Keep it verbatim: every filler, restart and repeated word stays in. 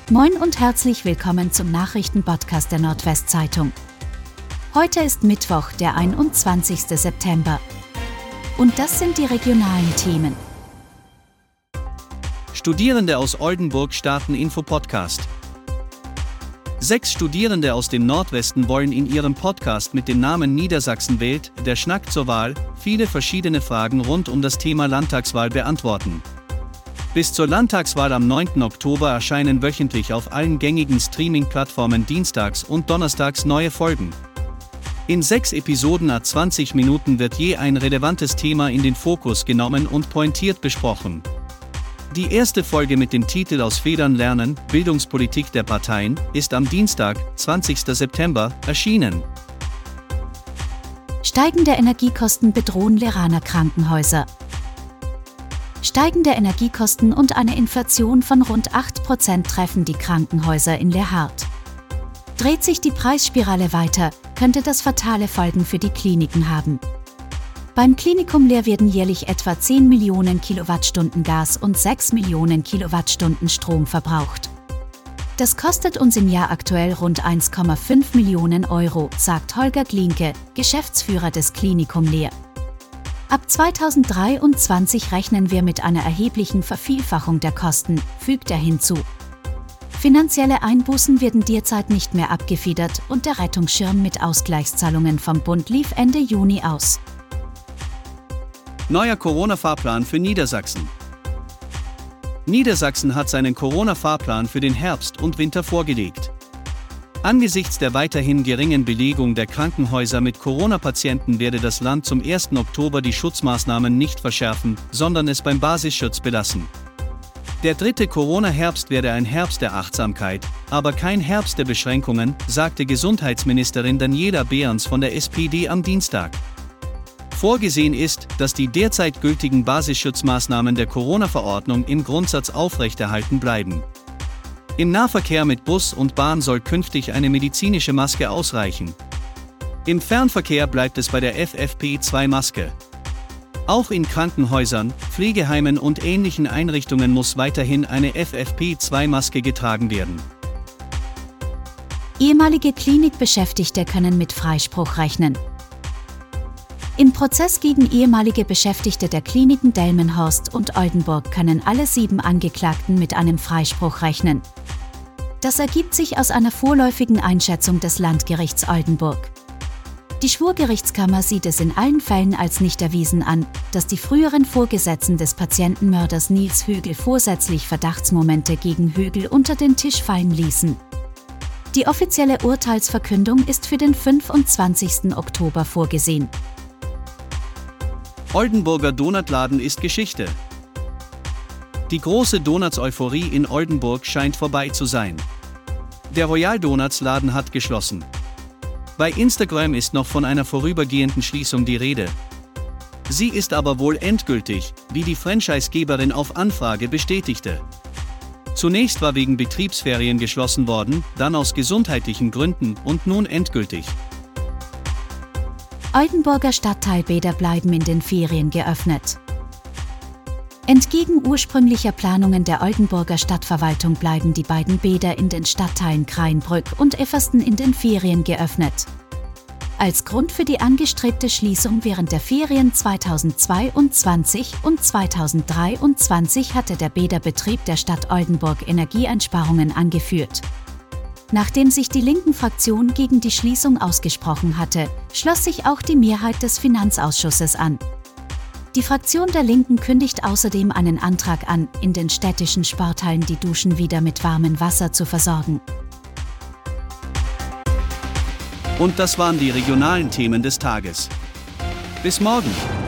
Moin und herzlich willkommen zum Nachrichtenpodcast der Nordwestzeitung. Heute ist Mittwoch, der einundzwanzigster September. Und das sind die regionalen Themen. Studierende aus Oldenburg starten Infopodcast. Sechs Studierende aus dem Nordwesten wollen in ihrem Podcast mit dem Namen Niedersachsen wählt, der Schnack zur Wahl, viele verschiedene Fragen rund um das Thema Landtagswahl beantworten. Bis zur Landtagswahl am neunten Oktober erscheinen wöchentlich auf allen gängigen Streaming-Plattformen dienstags und donnerstags neue Folgen. In sechs Episoden à zwanzig Minuten wird je ein relevantes Thema in den Fokus genommen und pointiert besprochen. Die erste Folge mit dem Titel Aus Federn lernen, Bildungspolitik der Parteien, ist am Dienstag, zwanzigster September, erschienen. Steigende Energiekosten bedrohen Leraner Krankenhäuser. Steigende Energiekosten und eine Inflation von rund acht Prozent treffen die Krankenhäuser in Lehart. Dreht sich die Preisspirale weiter, könnte das fatale Folgen für die Kliniken haben. Beim Klinikum Leer werden jährlich etwa zehn Millionen Kilowattstunden Gas und sechs Millionen Kilowattstunden Strom verbraucht. Das kostet uns im Jahr aktuell rund eins Komma fünf Millionen Euro, sagt Holger Glinke, Geschäftsführer des Klinikum Leer. Ab zweitausenddreiundzwanzig rechnen wir mit einer erheblichen Vervielfachung der Kosten, fügt er hinzu. Finanzielle Einbußen werden derzeit nicht mehr abgefedert und der Rettungsschirm mit Ausgleichszahlungen vom Bund lief Ende Juni aus. Neuer Corona-Fahrplan für Niedersachsen. Niedersachsen hat seinen Corona-Fahrplan für den Herbst und Winter vorgelegt. Angesichts der weiterhin geringen Belegung der Krankenhäuser mit Corona-Patienten werde das Land zum ersten Oktober die Schutzmaßnahmen nicht verschärfen, sondern es beim Basisschutz belassen. Der dritte Corona-Herbst werde ein Herbst der Achtsamkeit, aber kein Herbst der Beschränkungen, sagte Gesundheitsministerin Daniela Behrens von der S P D am Dienstag. Vorgesehen ist, dass die derzeit gültigen Basisschutzmaßnahmen der Corona-Verordnung im Grundsatz aufrechterhalten bleiben. Im Nahverkehr mit Bus und Bahn soll künftig eine medizinische Maske ausreichen. Im Fernverkehr bleibt es bei der F F P zwei Maske. Auch in Krankenhäusern, Pflegeheimen und ähnlichen Einrichtungen muss weiterhin eine F F P zwei Maske getragen werden. Ehemalige Klinikbeschäftigte können mit Freispruch rechnen. Im Prozess gegen ehemalige Beschäftigte der Kliniken Delmenhorst und Oldenburg können alle sieben Angeklagten mit einem Freispruch rechnen. Das ergibt sich aus einer vorläufigen Einschätzung des Landgerichts Oldenburg. Die Schwurgerichtskammer sieht es in allen Fällen als nicht erwiesen an, dass die früheren Vorgesetzten des Patientenmörders Nils Högel vorsätzlich Verdachtsmomente gegen Högel unter den Tisch fallen ließen. Die offizielle Urteilsverkündung ist für den fünfundzwanzigsten Oktober vorgesehen. Oldenburger Donutladen ist Geschichte. Die große Donuts-Euphorie in Oldenburg scheint vorbei zu sein. Der Royal Donuts Laden hat geschlossen. Bei Instagram ist noch von einer vorübergehenden Schließung die Rede. Sie ist aber wohl endgültig, wie die Franchisegeberin auf Anfrage bestätigte. Zunächst war wegen Betriebsferien geschlossen worden, dann aus gesundheitlichen Gründen und nun endgültig. Oldenburger Stadtteilbäder bleiben in den Ferien geöffnet. Entgegen ursprünglicher Planungen der Oldenburger Stadtverwaltung bleiben die beiden Bäder in den Stadtteilen Kreinbrück und Effersten in den Ferien geöffnet. Als Grund für die angestrebte Schließung während der Ferien zweitausendzweiundzwanzig und zweitausenddreiundzwanzig hatte der Bäderbetrieb der Stadt Oldenburg Energieeinsparungen angeführt. Nachdem sich die linken Fraktion gegen die Schließung ausgesprochen hatte, schloss sich auch die Mehrheit des Finanzausschusses an. Die Fraktion der Linken kündigt außerdem einen Antrag an, in den städtischen Sporthallen die Duschen wieder mit warmem Wasser zu versorgen. Und das waren die regionalen Themen des Tages. Bis morgen!